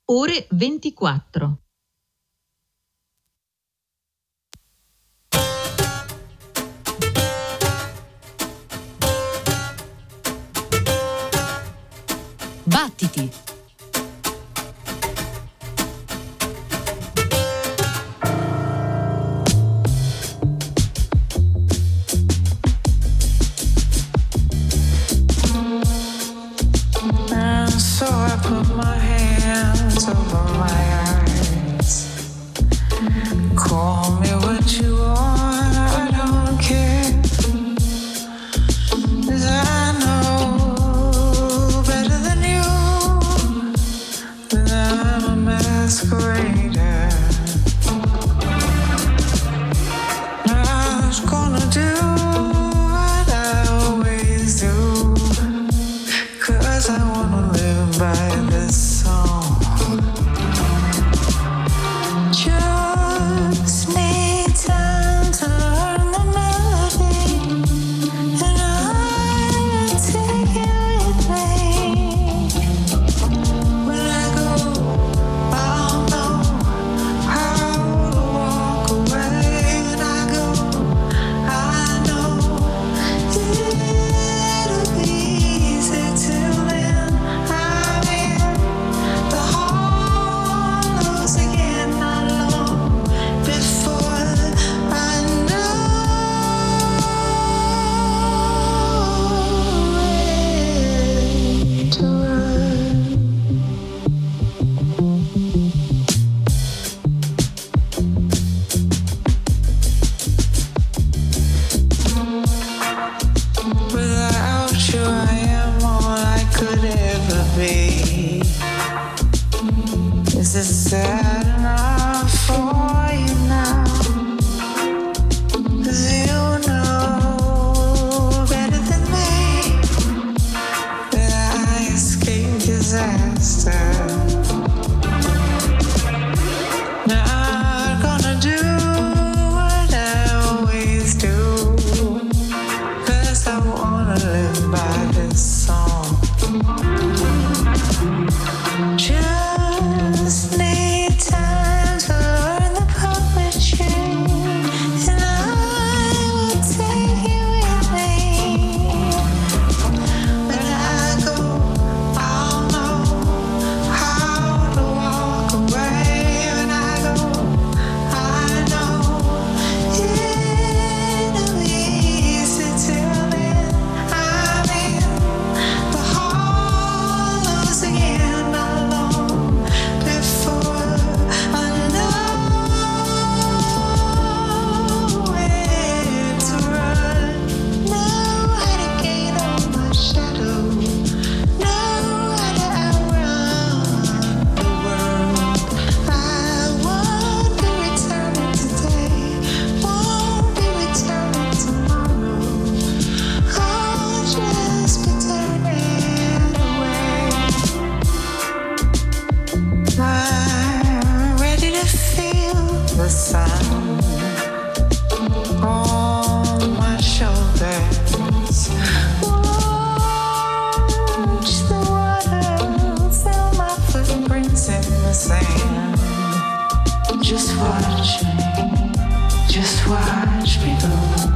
ore 24. Battiti! So I put my hands over my eyes. Call me what you want, I don't care. 'Cause I know better than you that I'm a masquerader. I was gonna do what I always do, 'cause I wanna live by this song. Just need time to learn the melody, and I will take it with me. When I go, I'll know how to walk away. When I go, I know it'll be easy till then. I'm in the hollows again, not long before I know where to run. Without you, I am all I could ever be. Is it sad enough for you now? 'Cause you know better than me that I escaped disaster. Not gonna do what I always do, 'cause I wanna live by this song. Just need time to learn the poetry, and I will take you with me. When I go, I'll know how to walk away. When I go, I know it'll be easy till then. I'm in the hollows again, not long before I know where to run. Know how to gain on my shadow. Know how to outrun the world. I won't be returning today, won't be returning tomorrow. I'll just be turning away. I'm ready to feel the sun on my shoulders. Watch the water fill my footprints in the sand. Just watch me go.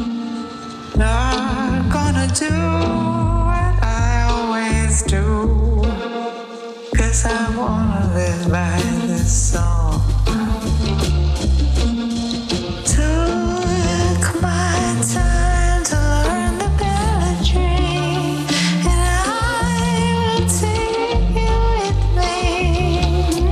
Not gonna do what I always do, 'cause I wanna live by this song. Took my time to learn the melody, and I will take you with me.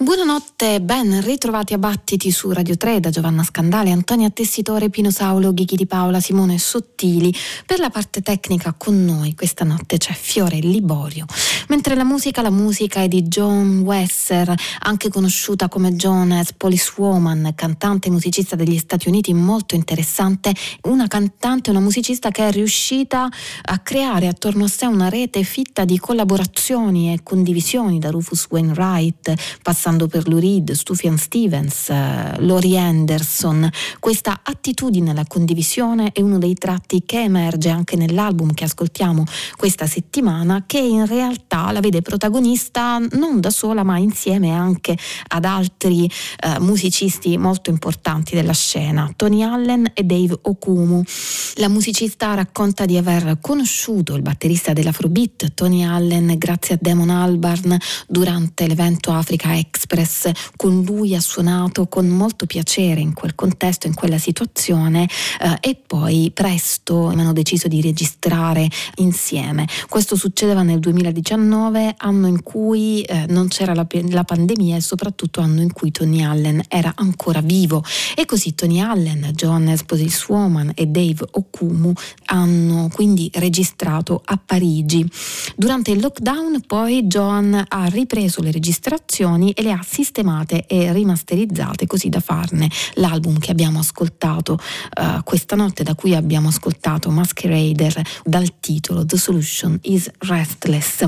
Buonanotte, ben ritrovati a Battiti su Radio 3 da Giovanna Scandale, Antonia Tessitore, Pino Saulo, Ghighi Di Paola, Simone Sottili. Per la parte tecnica con noi questa notte c'è Fiore Liborio, mentre la musica è di Joan Wesser, anche conosciuta come Joan as Policewoman, cantante e musicista degli Stati Uniti molto interessante, una cantante, una musicista che è riuscita a creare attorno a sé una rete fitta di collaborazioni e condivisioni, da Rufus Wainwright passando per Lou Reed, Sufjan Stevens, Laurie Anderson. Questa attitudine alla condivisione è uno dei tratti che emerge anche nell'album che ascoltiamo questa settimana, che in realtà la vede protagonista non da sola ma insieme anche ad altri musicisti molto importanti della scena, Tony Allen e Dave Okumu. La musicista racconta di aver conosciuto il batterista dell'Afrobeat Tony Allen grazie a Damon Albarn durante l'evento Africa Express. Con lui ha suonato con molto piacere in quel contesto, in quella situazione, e poi presto hanno deciso di registrare insieme. Questo succedeva nel 2019, anno in cui non c'era la pandemia e soprattutto anno in cui Tony Allen era ancora vivo, e così Tony Allen, Joan as Policewoman e Dave Okumu hanno quindi registrato a Parigi. Durante il lockdown poi Joan ha ripreso le registrazioni e le ha sistemate e rimasterizzate così da farne l'album che abbiamo ascoltato questa notte, da cui abbiamo ascoltato Masquerader dal titolo The Solution is Restless.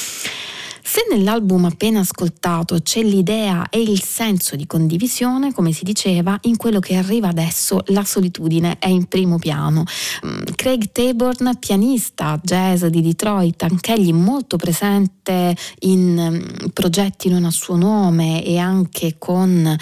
Se nell'album appena ascoltato c'è l'idea e il senso di condivisione, come si diceva, in quello che arriva adesso la solitudine è in primo piano. Craig Taborn, pianista jazz di Detroit, anch'egli molto presente in progetti non a suo nome e anche con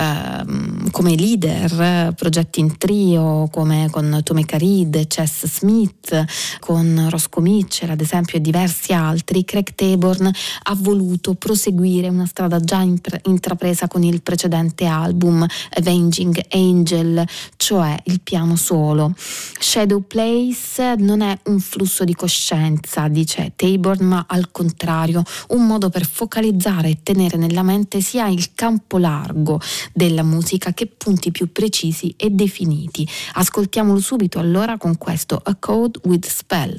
come leader progetti in trio come con Tomica Reed, Chess Smith, con Roscoe Mitchell ad esempio e diversi altri. Craig Taborn ha voluto proseguire una strada già intrapresa con il precedente album Avenging Angel, cioè il piano solo. Shadow Place non è un flusso di coscienza, dice Taborn, ma al contrario un modo per focalizzare e tenere nella mente sia il campo largo della musica che punti più precisi e definiti. Ascoltiamolo subito allora con questo A Code with Spell.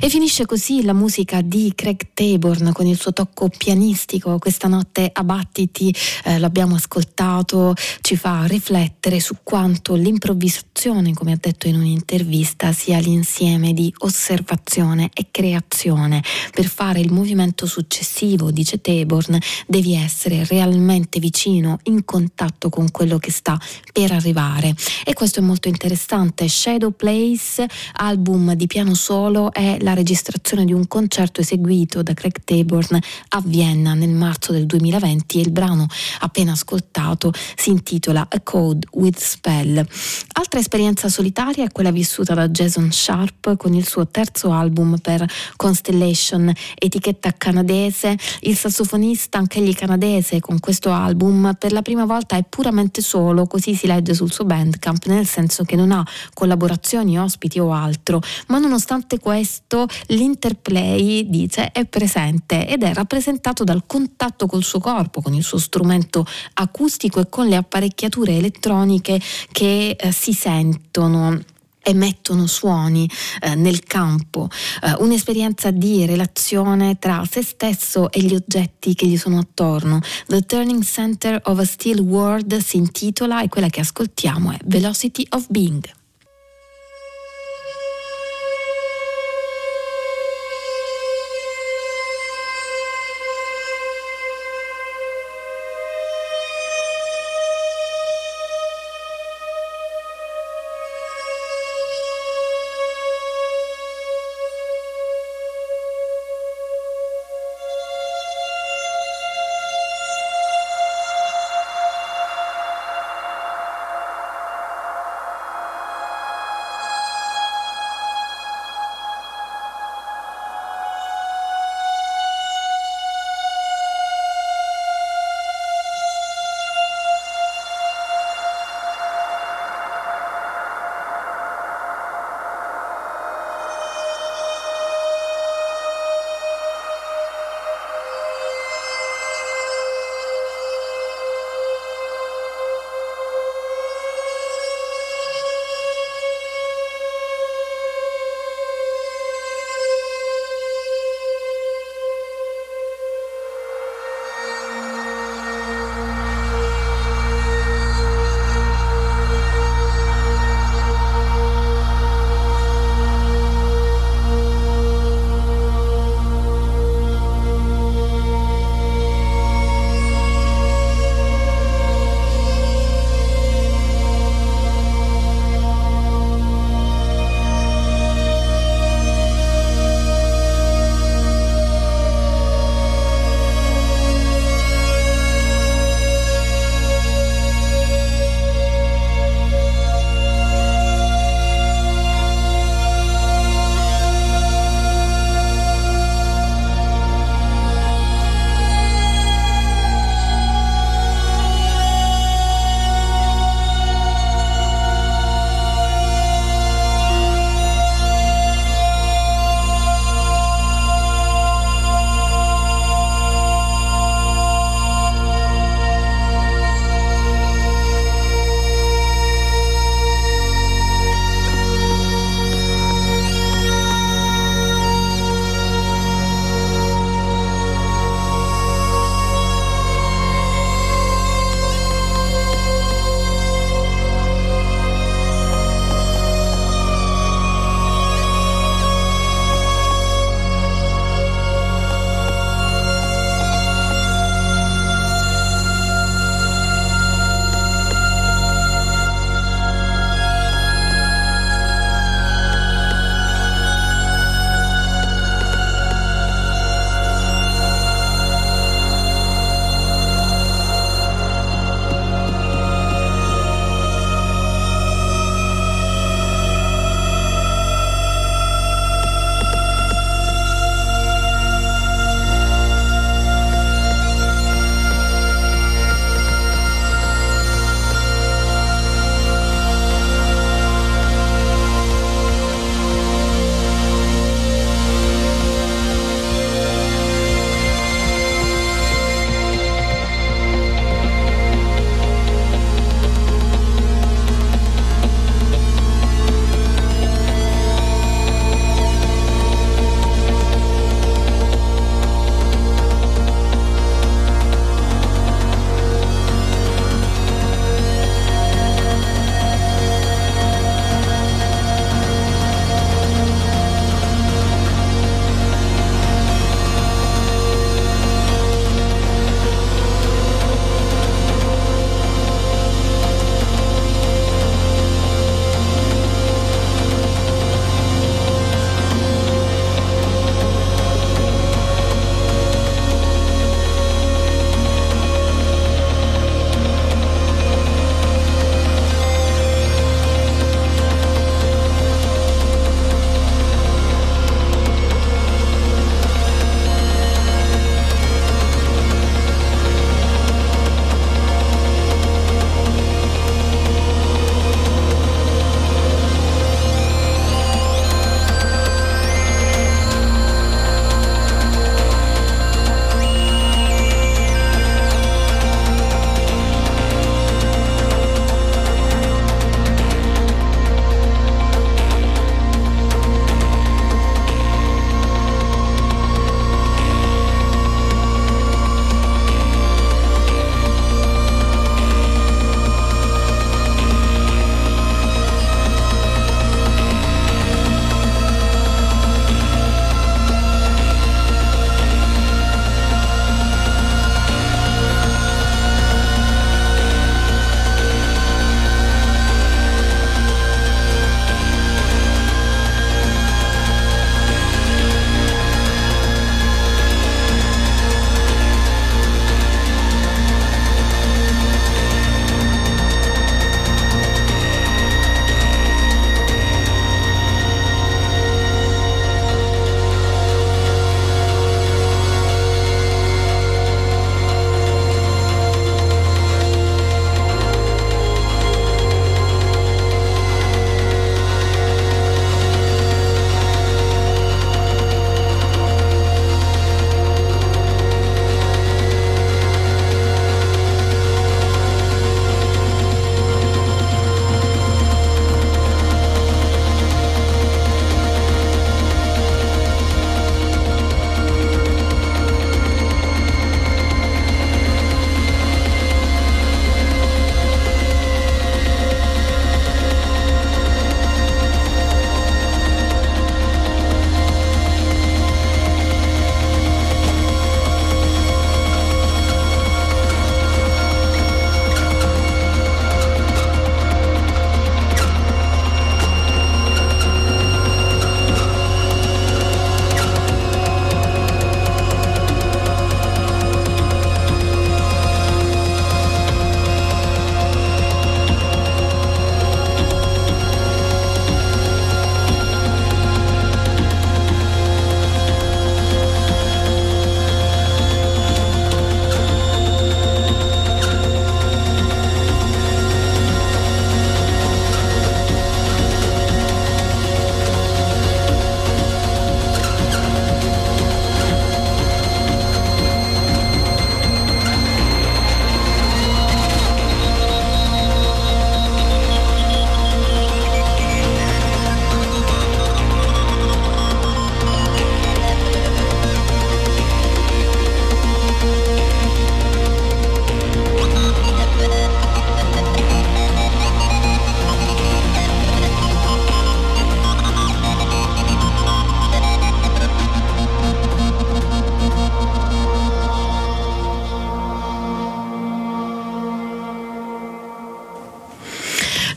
finisce così la musica di Craig Taborn con il suo tocco pianistico. Questa notte a Battiti l'abbiamo ascoltato, ci fa riflettere su quanto l'improvvisazione, come ha detto in un'intervista, sia l'insieme di osservazione e creazione. Per fare il movimento successivo, dice Taborn, devi essere realmente vicino, in contatto con quello che sta per arrivare, e questo è molto interessante. Shadow Place, album di piano solo, è la registrazione di un concerto eseguito da Craig Taborn a Vienna nel marzo del 2020 e il brano appena ascoltato si intitola A Code with Spell. Altra esperienza solitaria è quella vissuta da Jason Sharp con il suo terzo album per Constellation, etichetta canadese. Il sassofonista, anch'egli canadese, con questo album per la prima volta è puramente solo, così si legge sul suo Bandcamp, nel senso che non ha collaborazioni, ospiti o altro, ma nonostante questo l'interplay, dice, è presente ed è rappresentato dal contatto col suo corpo, con il suo strumento acustico e con le apparecchiature elettroniche che si sentono, emettono suoni nel campo, un'esperienza di relazione tra se stesso e gli oggetti che gli sono attorno. The Turning Center of a Still World si intitola, e quella che ascoltiamo è Velocity of Being.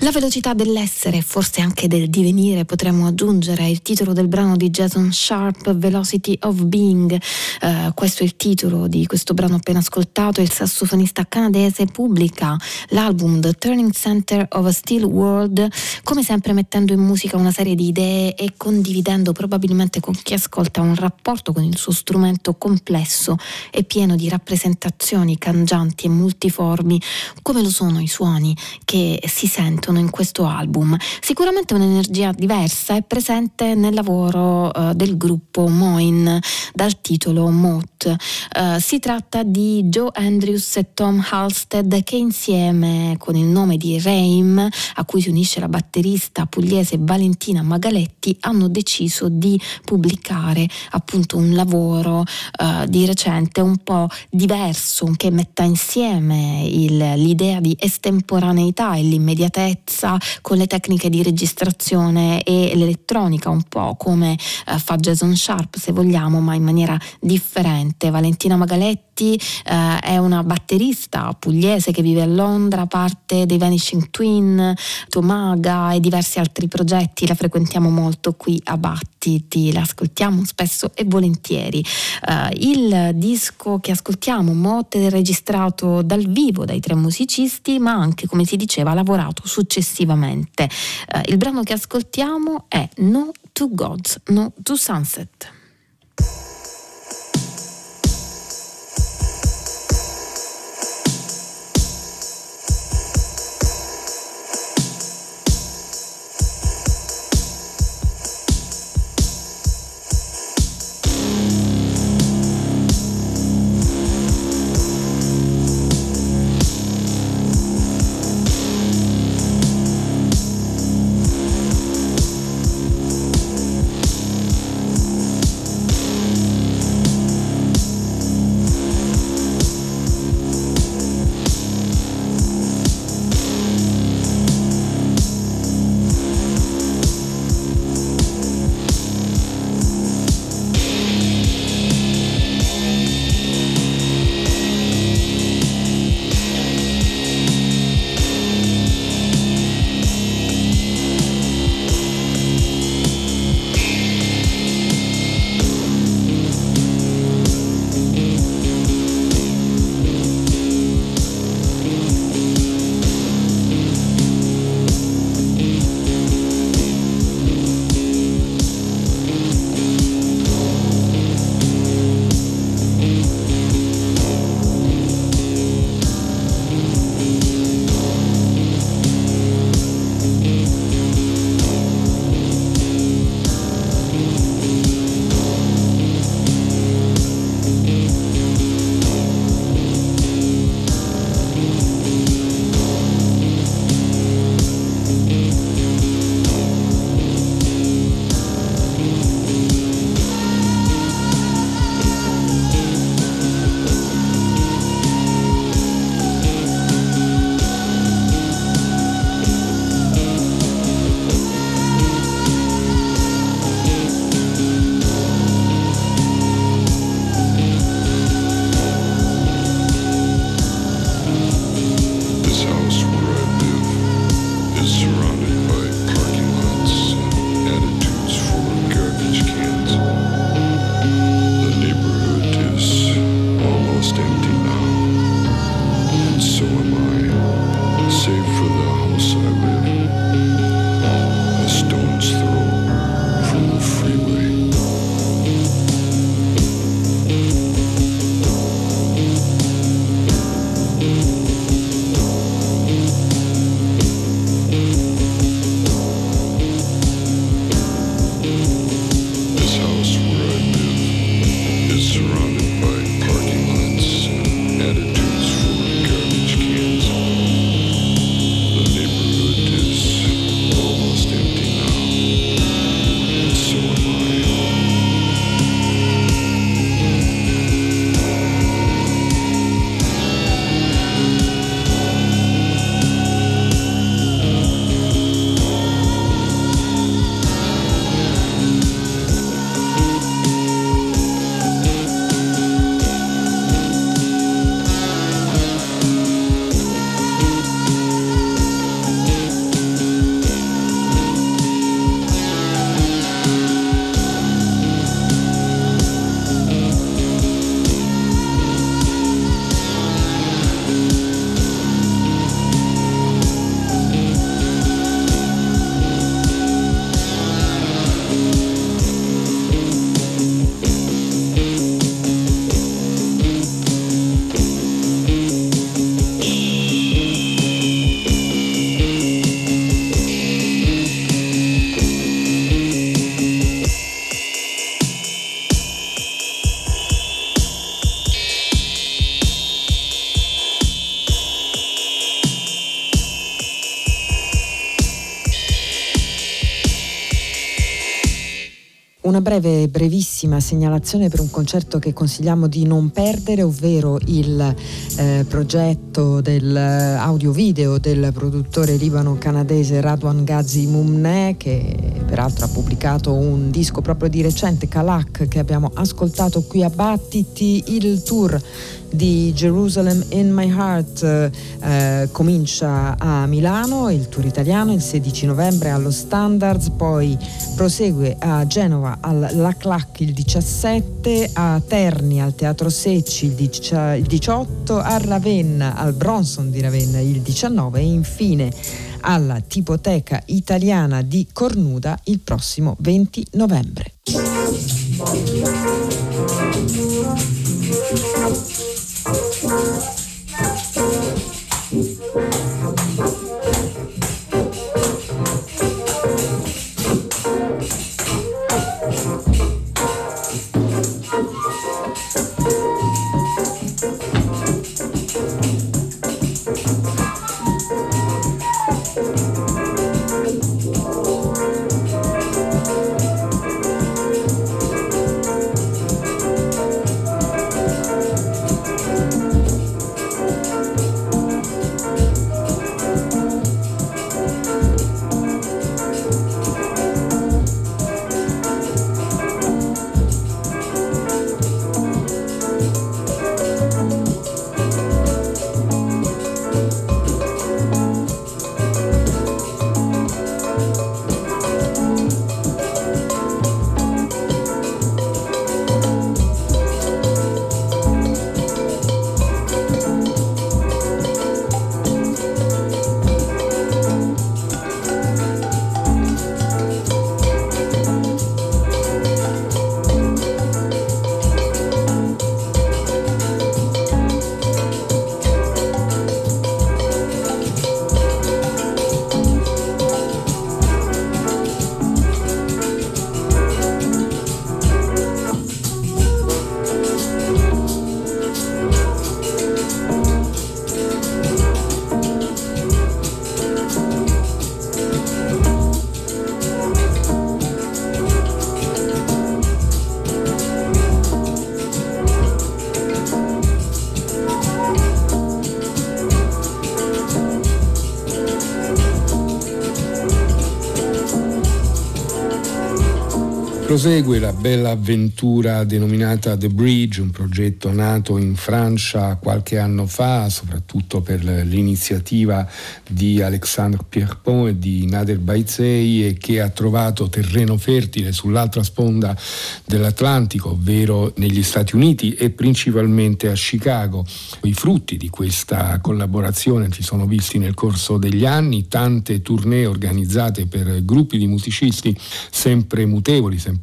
La velocità dell'essere, forse anche del divenire, potremmo aggiungere il titolo del brano di Jason Sharp, Velocity of Being. Questo è il titolo di questo brano appena ascoltato. Il sassofonista canadese pubblica l'album The Turning Center of a Still World, come sempre mettendo in musica una serie di idee e condividendo probabilmente con chi ascolta un rapporto con il suo strumento complesso e pieno di rappresentazioni cangianti e multiformi, come lo sono i suoni che si sentono in questo album. Sicuramente un'energia diversa è presente nel lavoro del gruppo Moin dal titolo Moth. Si tratta di Joe Andrews e Tom Halstead che insieme con il nome di Reim, a cui si unisce la batterista pugliese Valentina Magaletti, hanno deciso di pubblicare appunto un lavoro di recente un po' diverso, che metta insieme l'idea di estemporaneità e l'immediatezza con le tecniche di registrazione e l'elettronica, un po' come fa Jason Sharp se vogliamo, ma in maniera differente. Valentina Magaletti è una batterista pugliese che vive a Londra, parte dei Vanishing Twin, Tomaga e diversi altri progetti. La frequentiamo molto qui a Battiti, la ascoltiamo spesso e volentieri. Il disco che ascoltiamo, Moth, è registrato dal vivo dai tre musicisti, ma anche, come si diceva, lavorato successivamente. Il brano che ascoltiamo è No to Gods, No to Sunset. Una brevissima segnalazione per un concerto che consigliamo di non perdere, ovvero il progetto del audio-video del produttore libano-canadese Radwan Ghazi Mumneh, che peraltro ha pubblicato un disco proprio di recente, Kalak, che abbiamo ascoltato qui a Battiti. Il tour di Jerusalem in My Heart comincia a Milano, il tour italiano il 16 novembre allo Standards, poi prosegue a Genova alla Clac il 17, a Terni al Teatro Secci il 18, a Ravenna al Bronson di Ravenna il 19 e infine alla Tipoteca Italiana di Cornuda il prossimo 20 novembre. Prosegue la bella avventura denominata The Bridge, un progetto nato in Francia qualche anno fa, soprattutto per l'iniziativa di Alexandre Pierpont e di Nader Baizei, e che ha trovato terreno fertile sull'altra sponda dell'Atlantico, ovvero negli Stati Uniti e principalmente a Chicago. I frutti di questa collaborazione si sono visti nel corso degli anni, tante tournée organizzate per gruppi di musicisti sempre mutevoli, sempre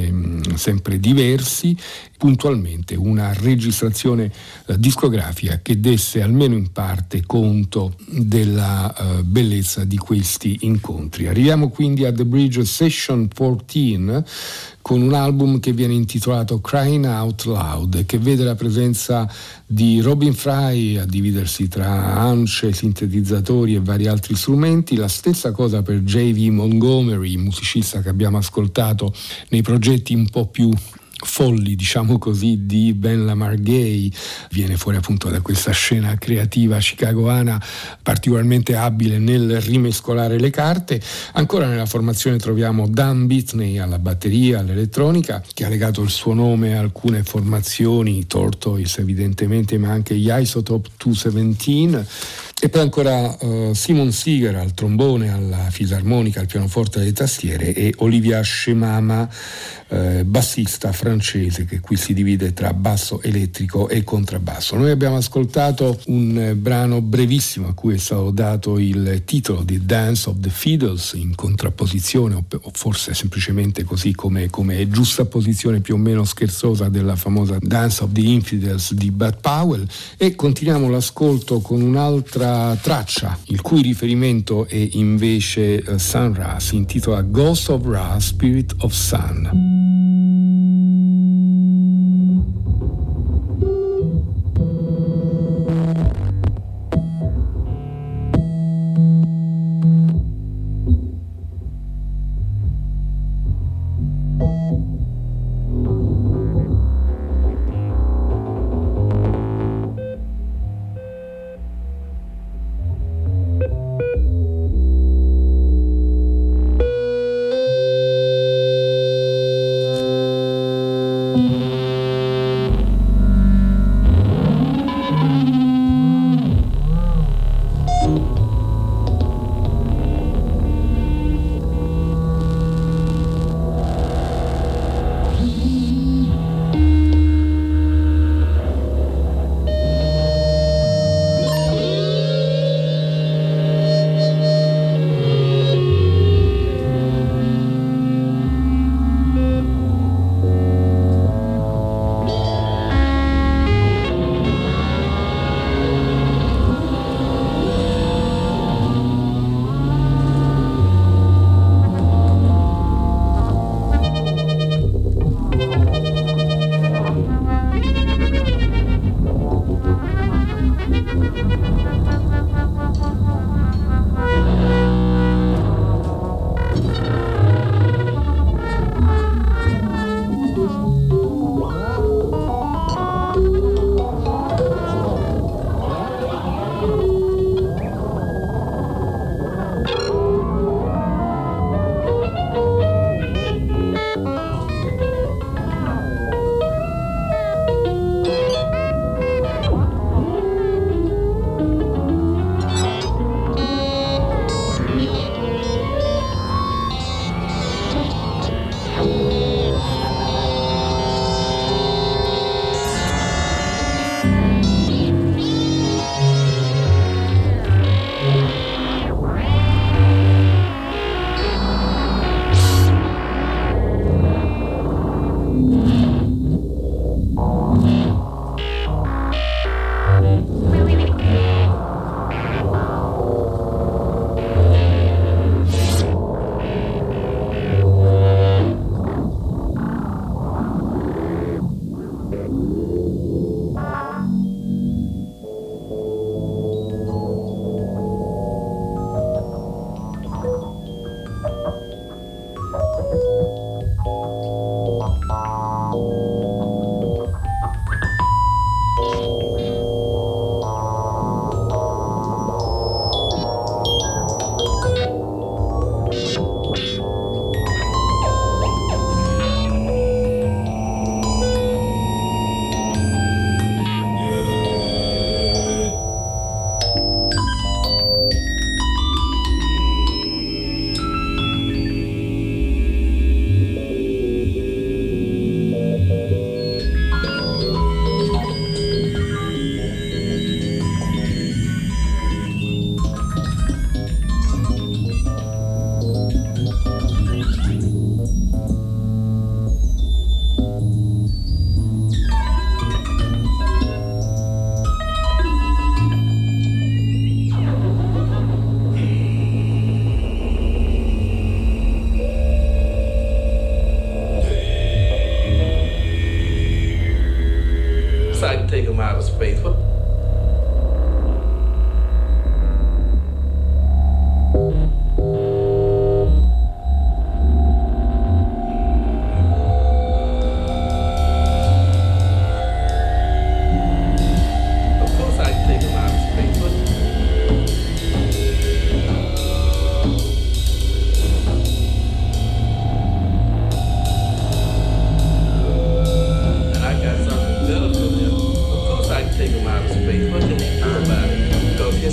diversi, puntualmente una registrazione discografica che desse almeno in parte conto della bellezza di questi incontri. Arriviamo quindi a The Bridge Session 14 con un album che viene intitolato Crying Out Loud, che vede la presenza di Robin Fry a dividersi tra ance, sintetizzatori e vari altri strumenti. La stessa cosa per J.V. Montgomery, musicista che abbiamo ascoltato nei progetti un po' più folli, diciamo così, di Ben Lamar Gay. Viene fuori appunto da questa scena creativa chicagoana particolarmente abile nel rimescolare le carte. Ancora nella formazione troviamo Dan Bitney alla batteria, all'elettronica, che ha legato il suo nome a alcune formazioni, i Tortoise evidentemente, ma anche gli Isotope 217. E poi ancora Simon Seeger al trombone, alla fisarmonica, al pianoforte e alle tastiere, e Olivia Shemama, bassista francese, che qui si divide tra basso elettrico e contrabbasso. Noi abbiamo ascoltato un brano brevissimo a cui è stato dato il titolo di Dance of the Fiddles, in contrapposizione o forse semplicemente così come giustapposizione più o meno scherzosa della famosa Dance of the Infidels di Bud Powell, e continuiamo l'ascolto con un'altra traccia il cui riferimento è invece Sun Ra. Si intitola Ghost of Ra, Spirit of Sun.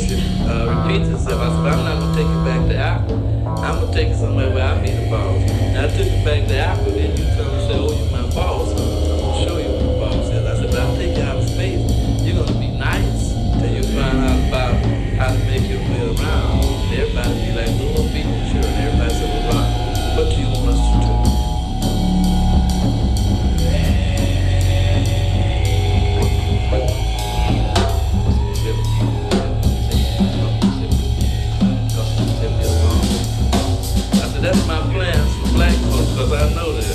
repeats itself. I said, but I'm not going to take it back to Apple. I'm going to take it somewhere where I be the boss. And I took it back to Apple, then you come and say, oh, you're my boss. I'm going to show you what the boss is. I said, but I'll take you out of space. You're going to be nice till you find out about how to make your way around. And everybody be like, oh, be sure. And everybody said, well, Ron, what do you want us to do? That's my plans for black folks, because I know this.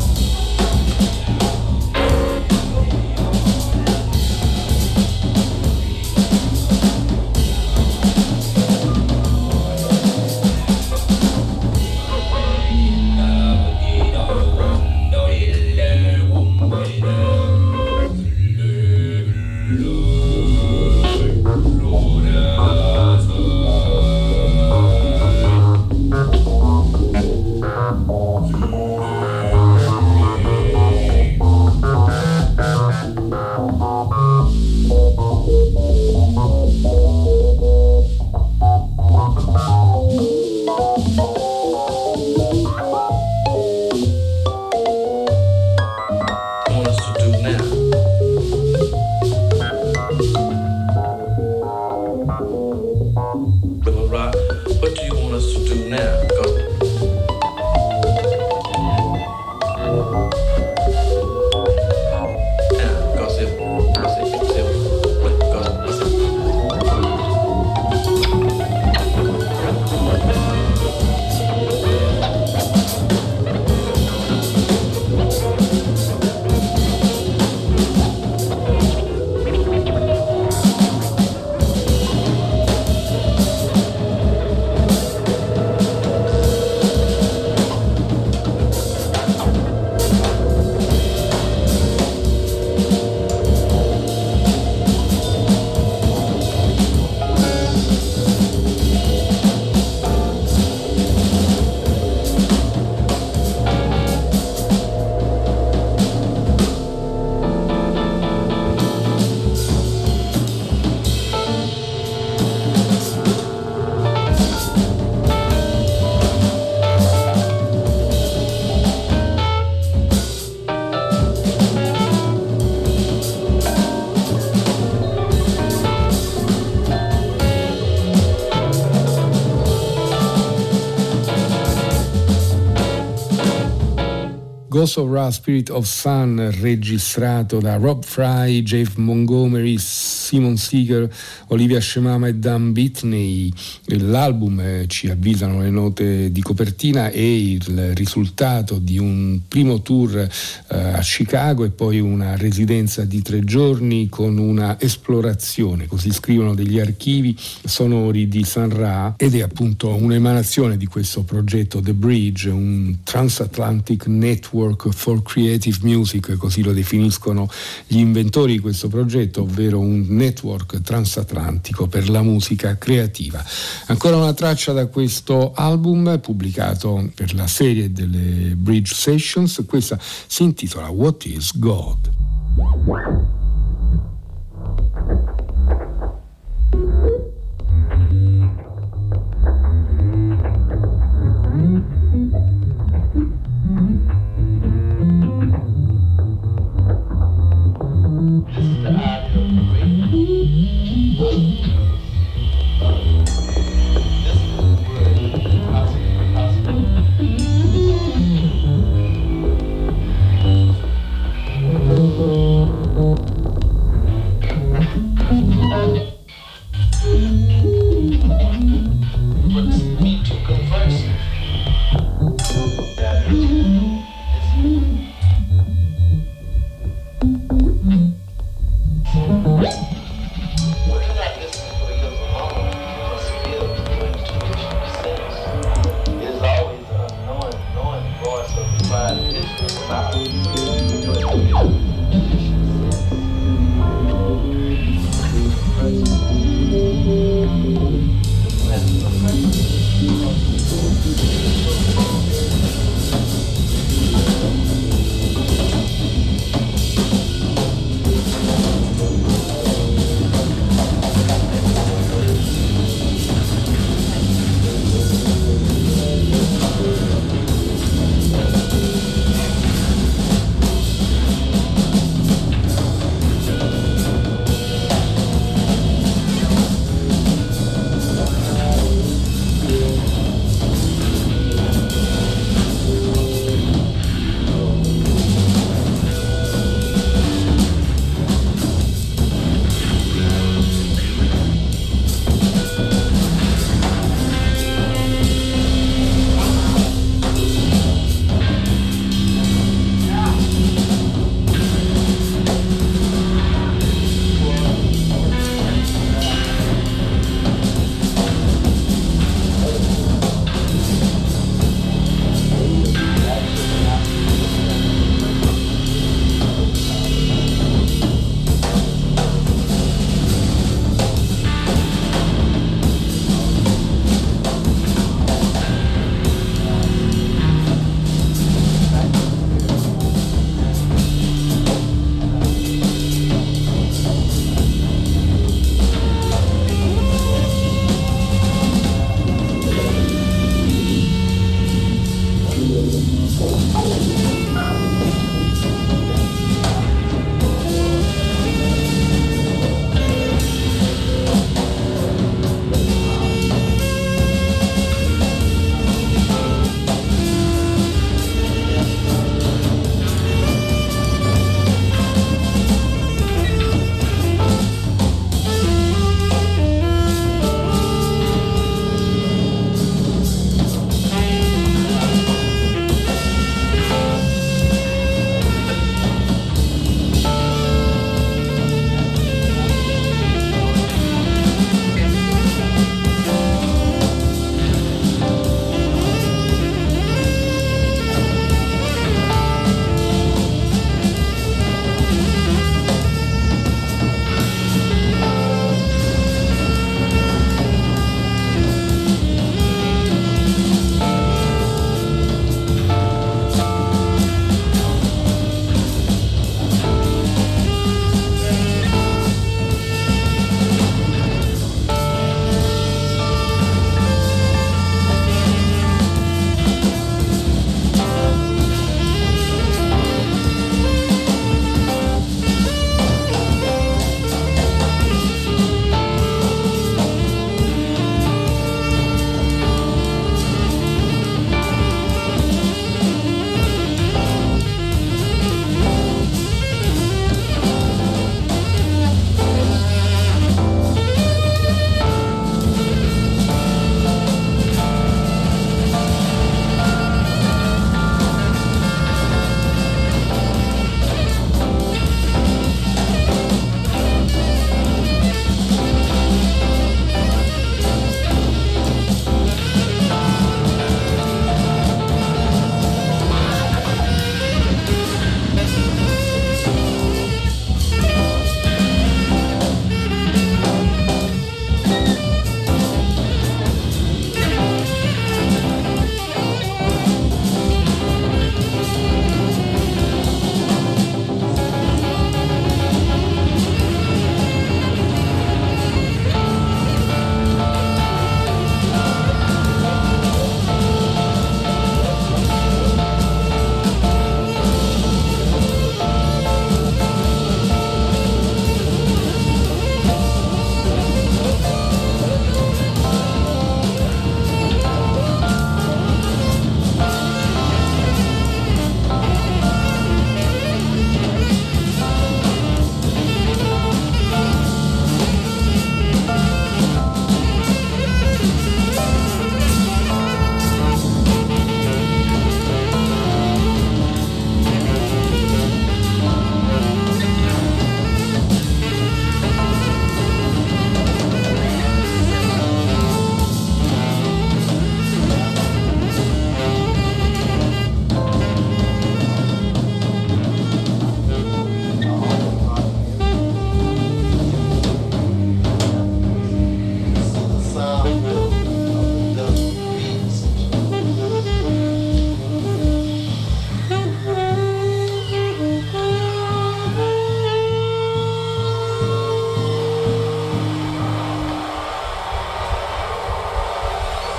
Ghost of Ra, Spirit of Sun, registrato da Rob Fry, Jeff Montgomery, Simon Seeger, Olivia Shemama e Dan Bitney. L'album, ci avvisano le note di copertina, è il risultato di un primo tour a Chicago e poi una residenza di 3 giorni con una esplorazione, così scrivono, degli archivi sonori di Sun Ra, ed è appunto un'emanazione di questo progetto The Bridge, un Transatlantic Network for Creative Music, così lo definiscono gli inventori di questo progetto, ovvero un network transatlantico per la musica creativa. Ancora una traccia da questo album pubblicato per la serie delle Bridge Sessions, questa si intitola What is God?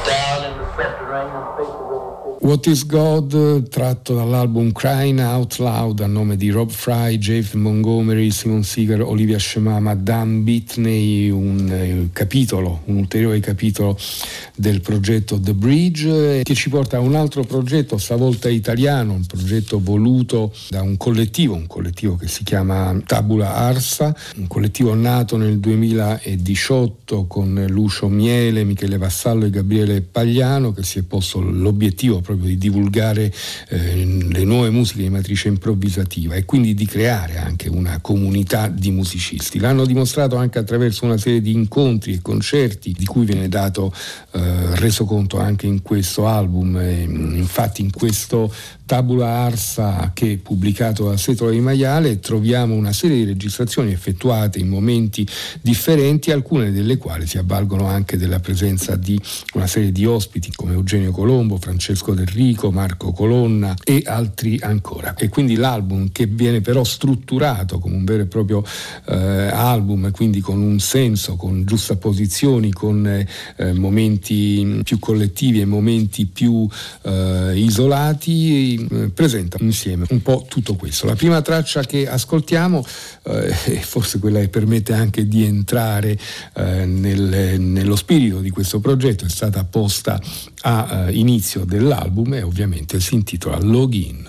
Down in the subterranean spaces of the city. What is God, tratto dall'album Crying Out Loud a nome di Rob Fry, Jeff Montgomery, Simon Seeger, Olivia Shemama, Dan Bitney, un ulteriore capitolo del progetto The Bridge, che ci porta a un altro progetto, stavolta italiano, un progetto voluto da un collettivo che si chiama Tabula Arsa, un collettivo nato nel 2018 con Lucio Miele, Michele Vassallo e Gabriele Pagliano, che si è posto l'obiettivo proprio di divulgare le nuove musiche di matrice improvvisativa e quindi di creare anche una comunità di musicisti. L'hanno dimostrato anche attraverso una serie di incontri e concerti di cui viene dato resoconto anche in questo album. Infatti in questo Tabula Arsa, che è pubblicato da Setola di Maiale, troviamo una serie di registrazioni effettuate in momenti differenti, alcune delle quali si avvalgono anche della presenza di una serie di ospiti come Eugenio Colombo, Francesco Del Rico, Marco Colonna e altri ancora. E quindi l'album, che viene però strutturato come un vero e proprio album, quindi con un senso, con giustapposizioni, con momenti più collettivi e momenti più isolati, presenta insieme un po' tutto questo. La prima traccia che ascoltiamo, e forse quella che permette anche di entrare nello spirito di questo progetto, è stata posta a inizio dell'album e ovviamente si intitola Login.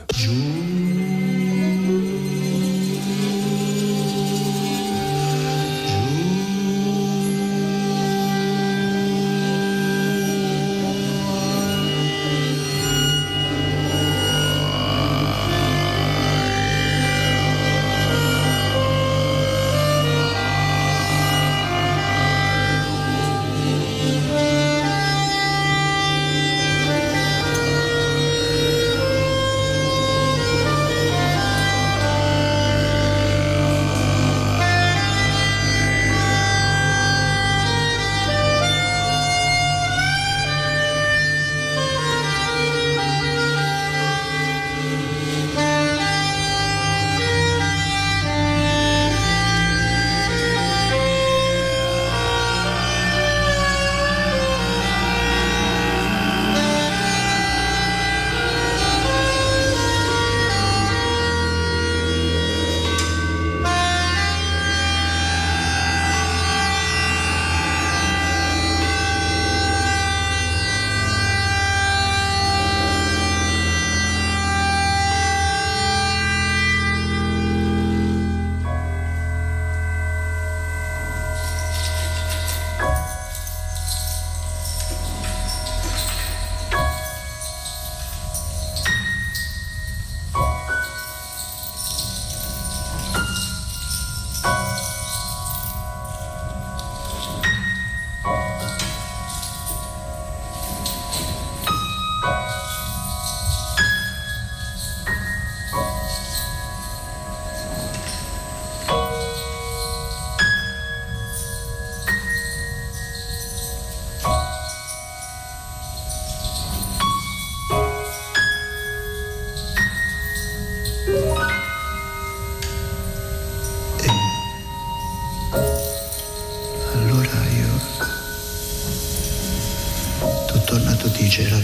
C'era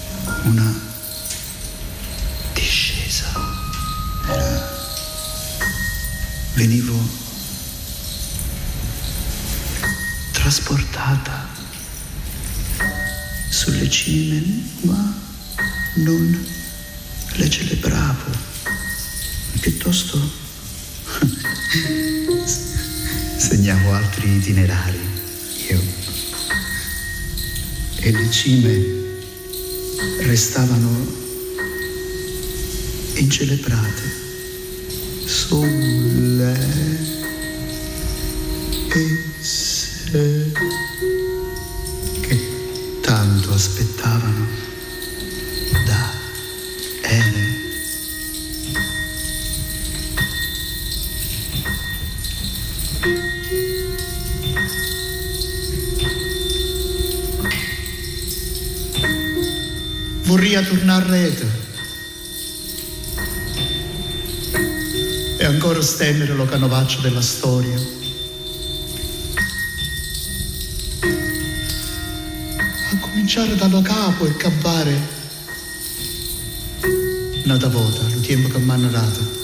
una discesa, venivo trasportata sulle cime, ma non le celebravo, piuttosto segnavo altri itinerari, io, e le cime restavano incelebrate sulle esse che tanto aspettavano da Ere. Vorrei tornare a rete e ancora stendere lo canovaccio della storia. a cominciare dallo capo e campare. Nata volta, lo tempo che mi hanno dato.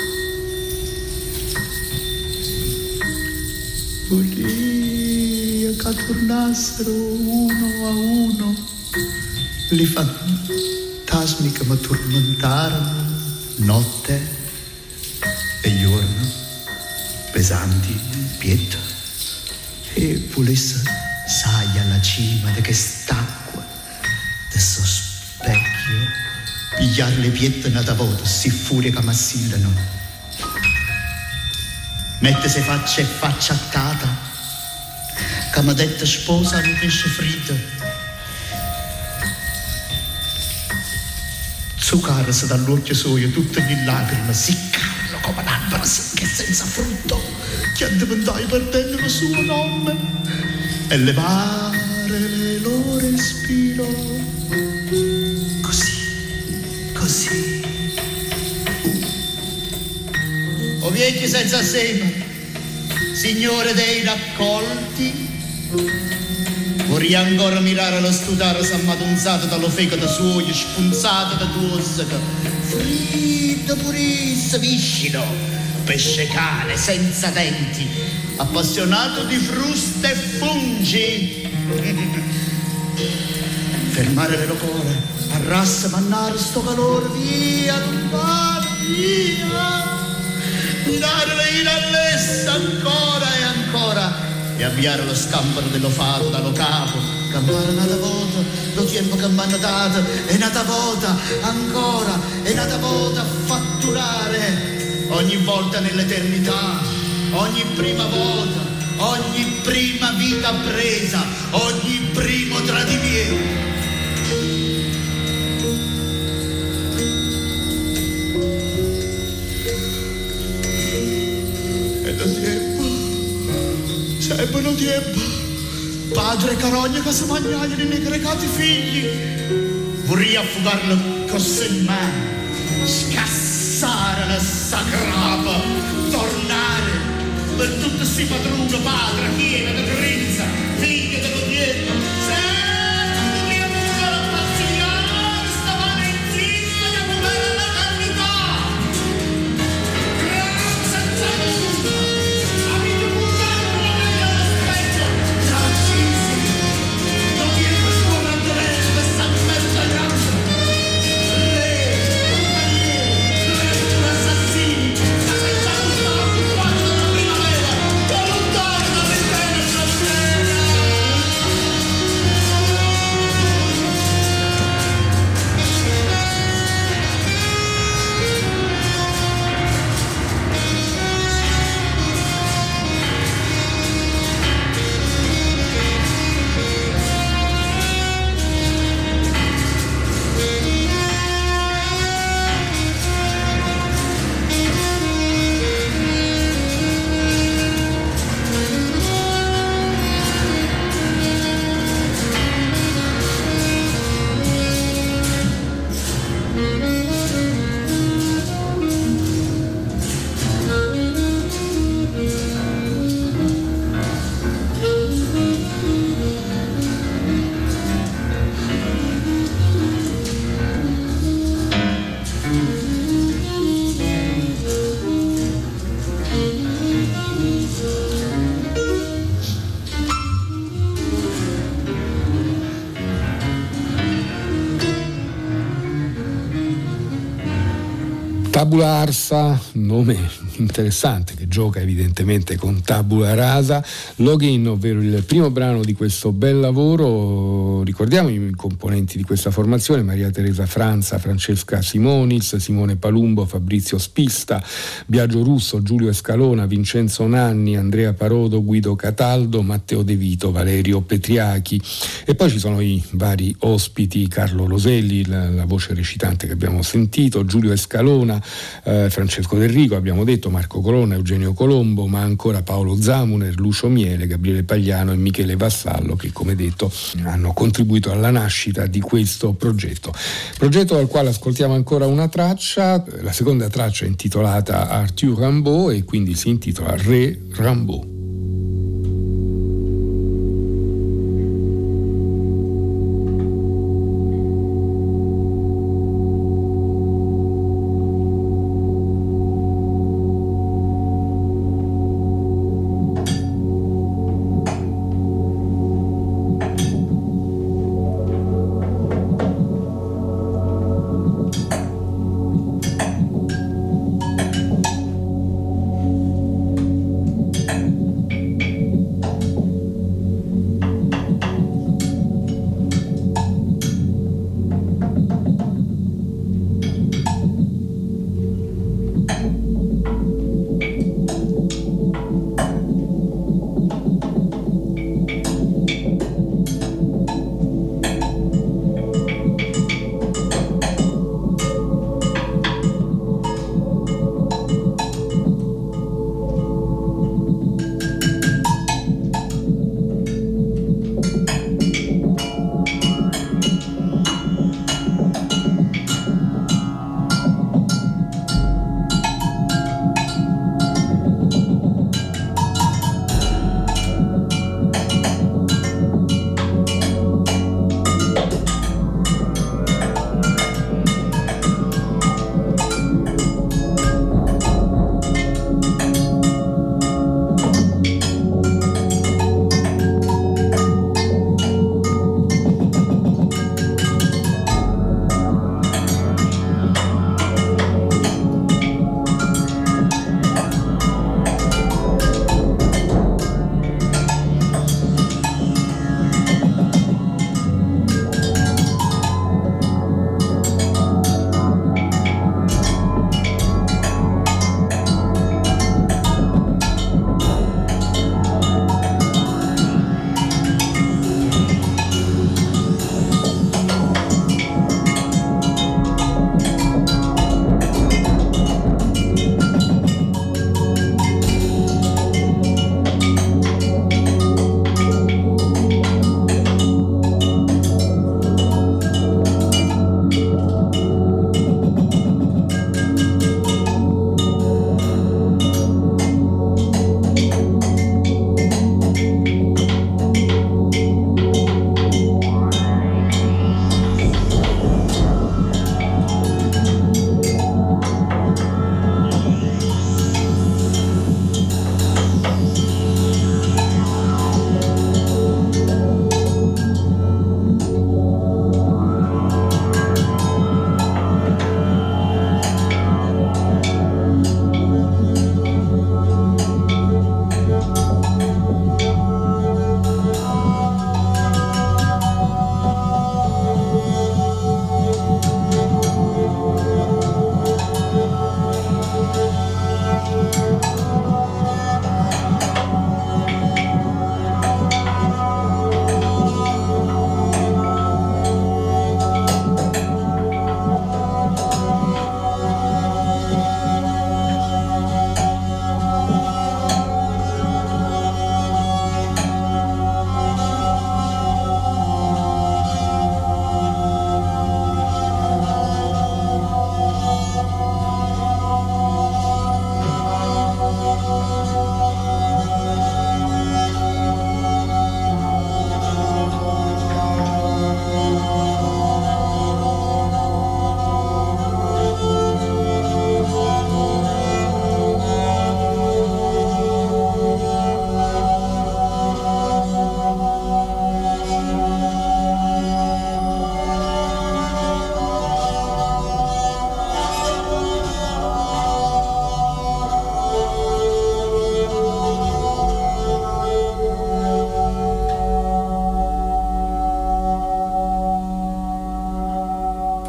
Volia che tornassero uno a uno li fantasmi che mi tormentarono notte e giorno, pesanti, pietra, e volesse sai alla cima di quest'acqua, del suo specchio, pigliare le pietre nata volta, si furia che mi assillano. Mettese faccia e faccia attata, che mi detta sposa un pesce fritto. Zuccarsi dall'occhio suo tutte le lacrime, siccarlo come un albero che senza frutto, che addiventò perdendo il suo nome e levare le loro respiro. Così. O vecchi senza seme, signore dei raccolti, vorrei ancora mirare allo studare s'ammadunzato dallo fegato suo, spunzato da tuossaca, fritto purissimo, viscido, pesce cane senza denti, appassionato di fruste e fungi. Fermare le cuore, arrassa mannare sto calore, via, lontano, via. Mirare le inallessa ancora e ancora e avviare lo scampano dello fato dallo capo, campare nata volta, lo tempo che mi hanno dato, e nata volta ancora, e nata volta a fatturare ogni volta nell'eternità, ogni prima volta, ogni prima vita presa, ogni primo tradimento. Sempre lo tempo, padre carogna che si mangiaia di negrecati figli, vorrei affogarlo così in mano, scassare la sacrapa, tornare per tutto sti padruno, padre, piena di grinza, figlio dello dietro, sempre di amore appassionato, stavano in zitto di amore all'eternità. Grazie a Dio. Tabula Arsa, nome interessante che gioca evidentemente con Tabula Rasa. Login, ovvero il primo brano di questo bel lavoro. Ricordiamo i componenti di questa formazione: Maria Teresa Franza, Francesca Simonis, Simone Palumbo, Fabrizio Spista, Biagio Russo, Giulio Escalona, Vincenzo Nanni, Andrea Parodo, Guido Cataldo, Matteo De Vito, Valerio Petriachi, e poi ci sono i vari ospiti: Carlo Roselli, la voce recitante che abbiamo sentito, Giulio Escalona, Francesco Del Rico, abbiamo detto, Marco Colonna, Eugenio Colombo, ma ancora Paolo Zamuner, Lucio Miele, Gabriele Pagliano e Michele Vassallo, che come detto hanno contribuito alla nascita di questo progetto dal quale ascoltiamo ancora una traccia. La seconda traccia è intitolata Arthur Rimbaud e quindi si intitola Re Rimbaud.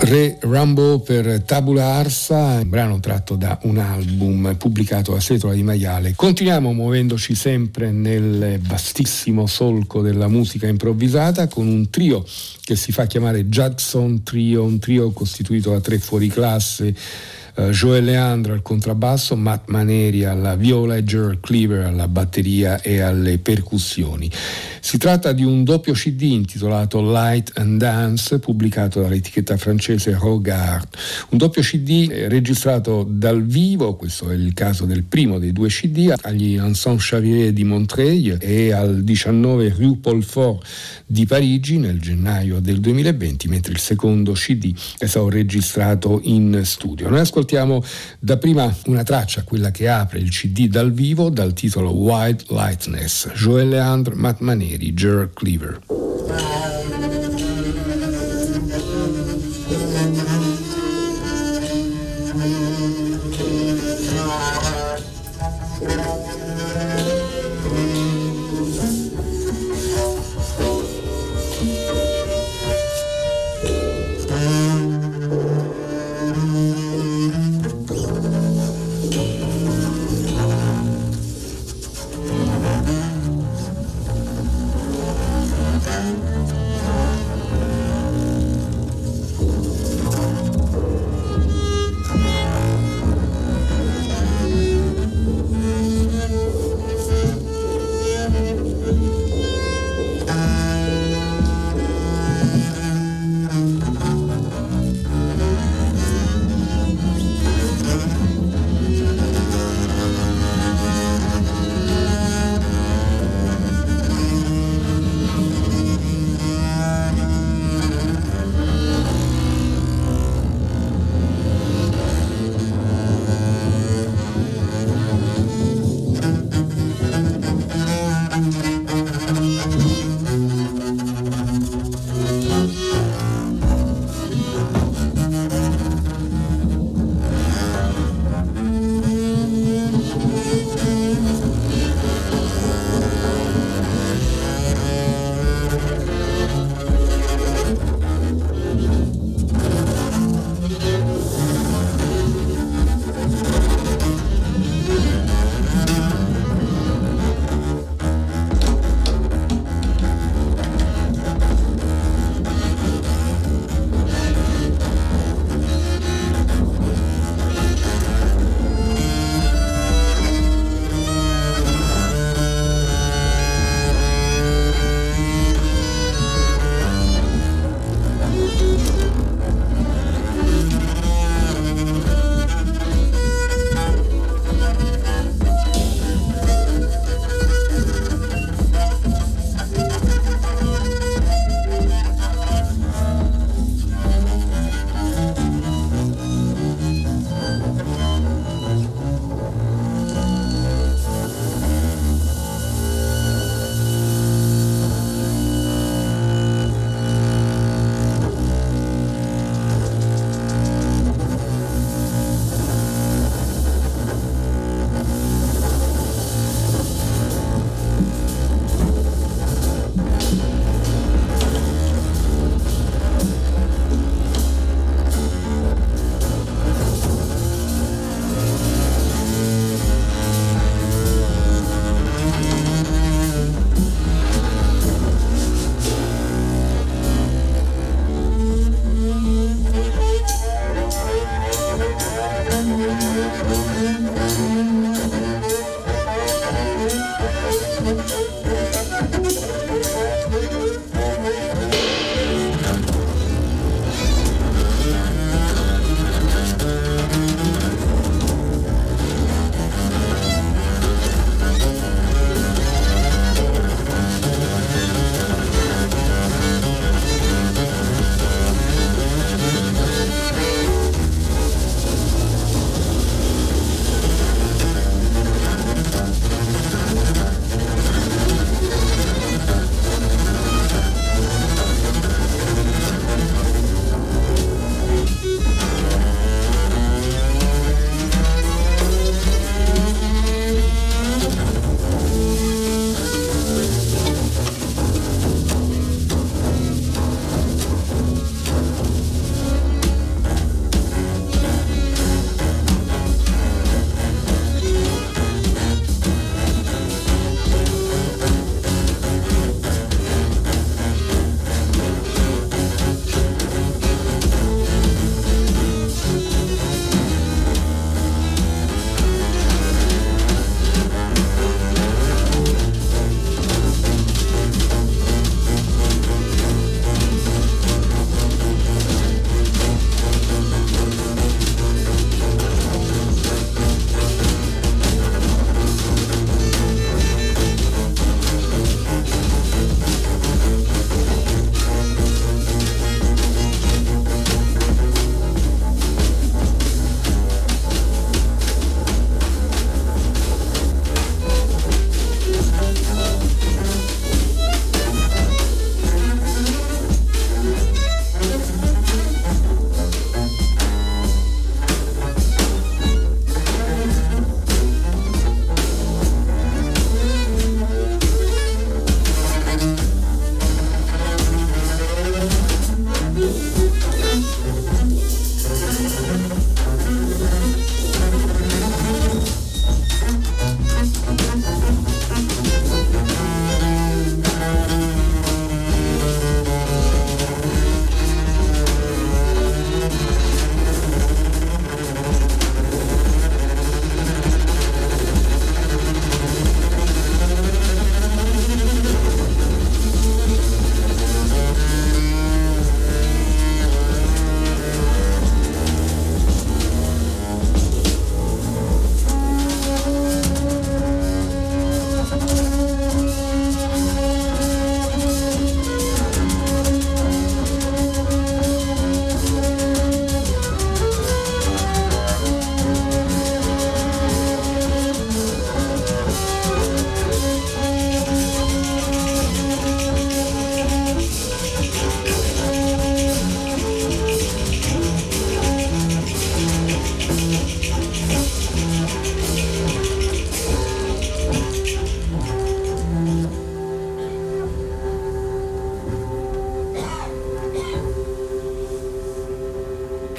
Re Rambo per Tabula Arsa, un brano tratto da un album pubblicato a Setola di Maiale. Continuiamo muovendoci sempre nel vastissimo solco della musica improvvisata con un trio che si fa chiamare Judson Trio, un trio costituito da 3 fuoriclasse, Joel Leandro al contrabbasso, Matt Maneri alla viola e Gerald Cleaver alla batteria e alle percussioni. Si tratta di un doppio CD intitolato Light and Dance, pubblicato dall'etichetta francese Regard. Un doppio CD registrato dal vivo, questo è il caso del primo dei 2 CD, agli Ensemble Xavier di Montreuil e al 19 Rue Paul Fort di Parigi nel gennaio del 2020, mentre il secondo CD è stato registrato in studio. Noi ascoltiamo dapprima una traccia, quella che apre il CD dal vivo, dal titolo Wild Lightness, Joel Leandro, Matt Maneri, Gerald Cleaver.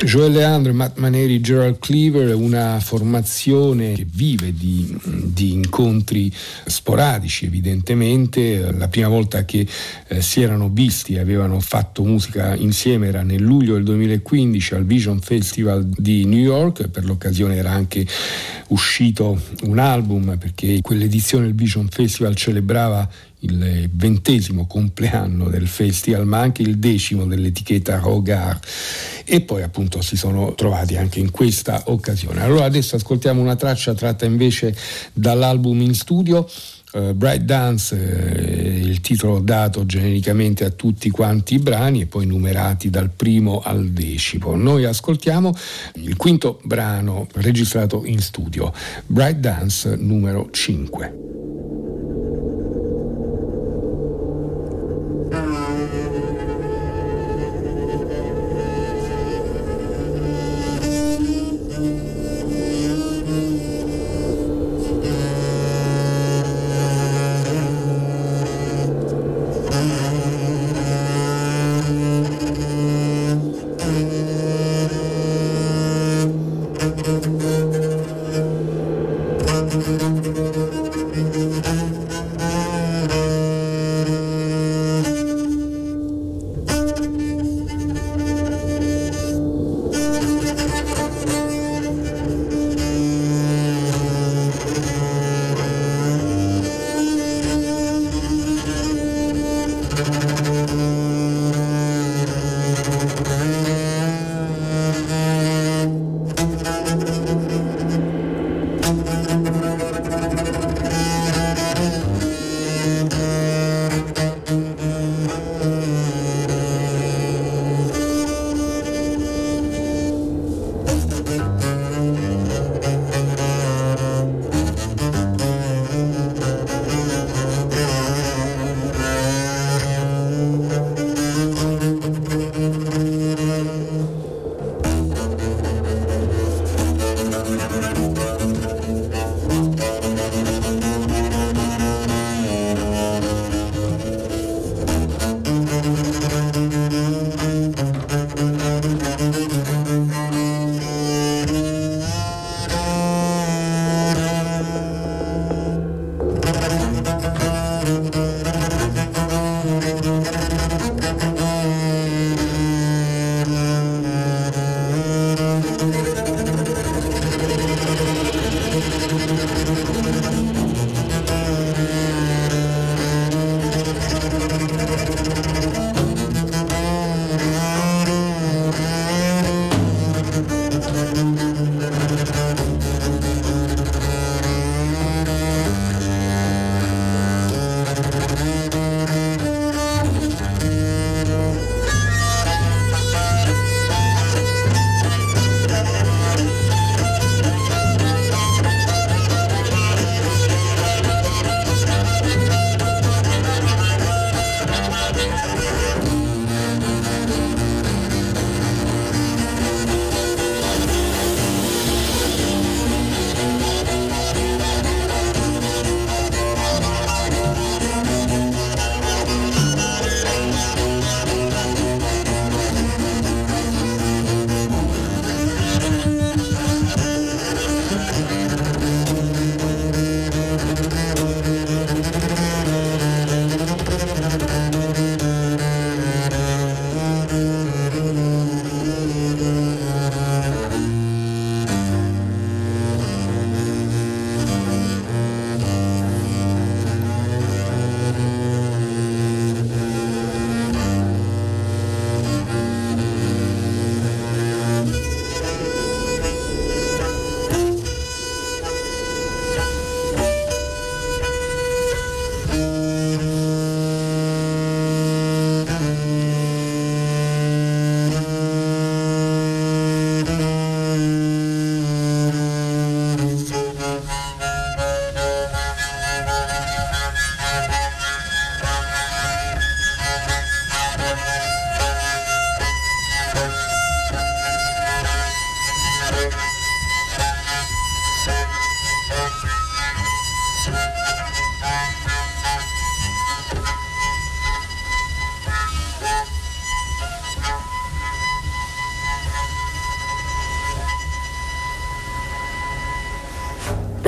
Joel Leandro, Matt Maneri, Gerald Cleaver, una formazione che vive di incontri sporadici evidentemente. La prima volta che si erano visti e avevano fatto musica insieme era nel luglio del 2015 al Vision Festival di New York. Per l'occasione era anche uscito un album, perché quell'edizione del Vision Festival celebrava il 20° compleanno del festival, ma anche il 10° dell'etichetta Hogarth, e poi appunto si sono trovati anche in questa occasione. Allora adesso ascoltiamo una traccia tratta invece dall'album in studio, Bright Dance, il titolo dato genericamente a tutti quanti i brani e poi numerati dal 1° al 10°. Noi ascoltiamo il 5° brano registrato in studio, Bright Dance numero 5.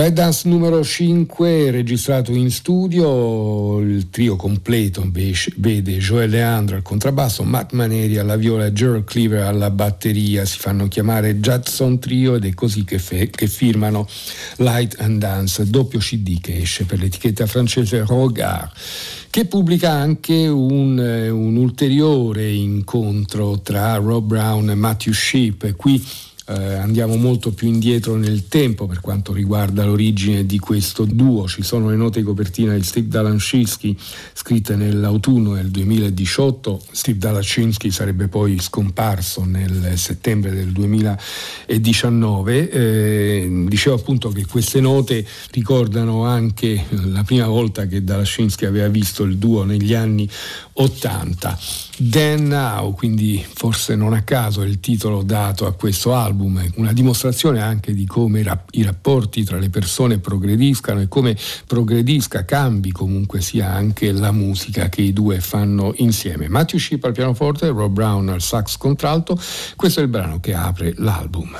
Light Dance numero 5, registrato in studio. Il trio completo vede Joel Leandro al contrabbasso, Matt Maneri alla viola, Gerald Cleaver alla batteria. Si fanno chiamare Judson Trio ed è così che firmano Light and Dance, doppio CD che esce per l'etichetta francese Regard, che pubblica anche un ulteriore incontro tra Rob Brown e Matthew Shipp. Qui andiamo molto più indietro nel tempo per quanto riguarda l'origine di questo duo. Ci sono le note di copertina di Steve Dalachinsky scritte nell'autunno del 2018. Steve Dalachinsky sarebbe poi scomparso nel settembre del 2019. Dicevo appunto che queste note ricordano anche la prima volta che Dalachinsky aveva visto il duo negli anni 80. Then Now, quindi forse non a caso è il titolo dato a questo album, una dimostrazione anche di come i rapporti tra le persone progrediscano e come progredisca, cambi comunque sia anche la musica che i due fanno insieme. Matthew Shipp al pianoforte, Rob Brown al sax contralto. Questo è il brano che apre l'album.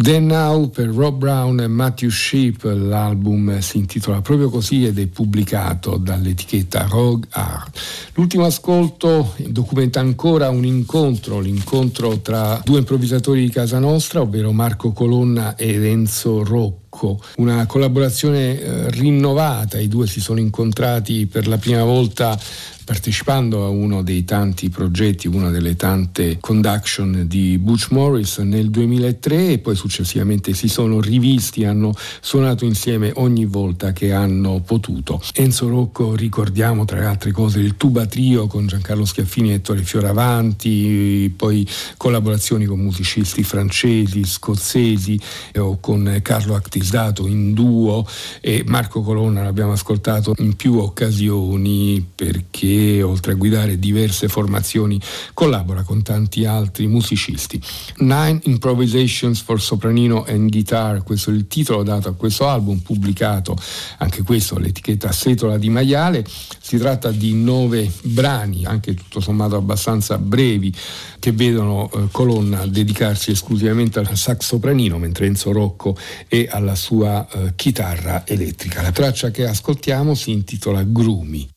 Then Now per Rob Brown e Matthew Shipp. L'album si intitola proprio così ed è pubblicato dall'etichetta Rogue Art. L'ultimo ascolto documenta ancora un l'incontro tra due improvvisatori di casa nostra, ovvero Marco Colonna ed Enzo Rocco. Una collaborazione rinnovata, i due si sono incontrati per la prima volta partecipando a uno dei tanti progetti, una delle tante conduction di Butch Morris nel 2003, e poi successivamente si sono rivisti, hanno suonato insieme ogni volta che hanno potuto. Enzo Rocco, ricordiamo tra le altre cose il Tuba Trio con Giancarlo Schiaffini e Ettore Fioravanti, poi collaborazioni con musicisti francesi, scozzesi o con Carlo Actisdato in duo, e Marco Colonna l'abbiamo ascoltato in più occasioni perché oltre a guidare diverse formazioni collabora con tanti altri musicisti. Nine Improvisations for Sopranino and Guitar, questo è il titolo dato a questo album, pubblicato anche questo all'etichetta Setola di Maiale. Si tratta di 9 brani, anche tutto sommato abbastanza brevi, che vedono Colonna dedicarsi esclusivamente al sax sopranino, mentre Enzo Rocco è alla sua chitarra elettrica. La traccia che ascoltiamo si intitola Grumi.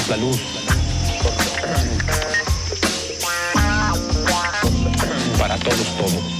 la luz. Para todos todo.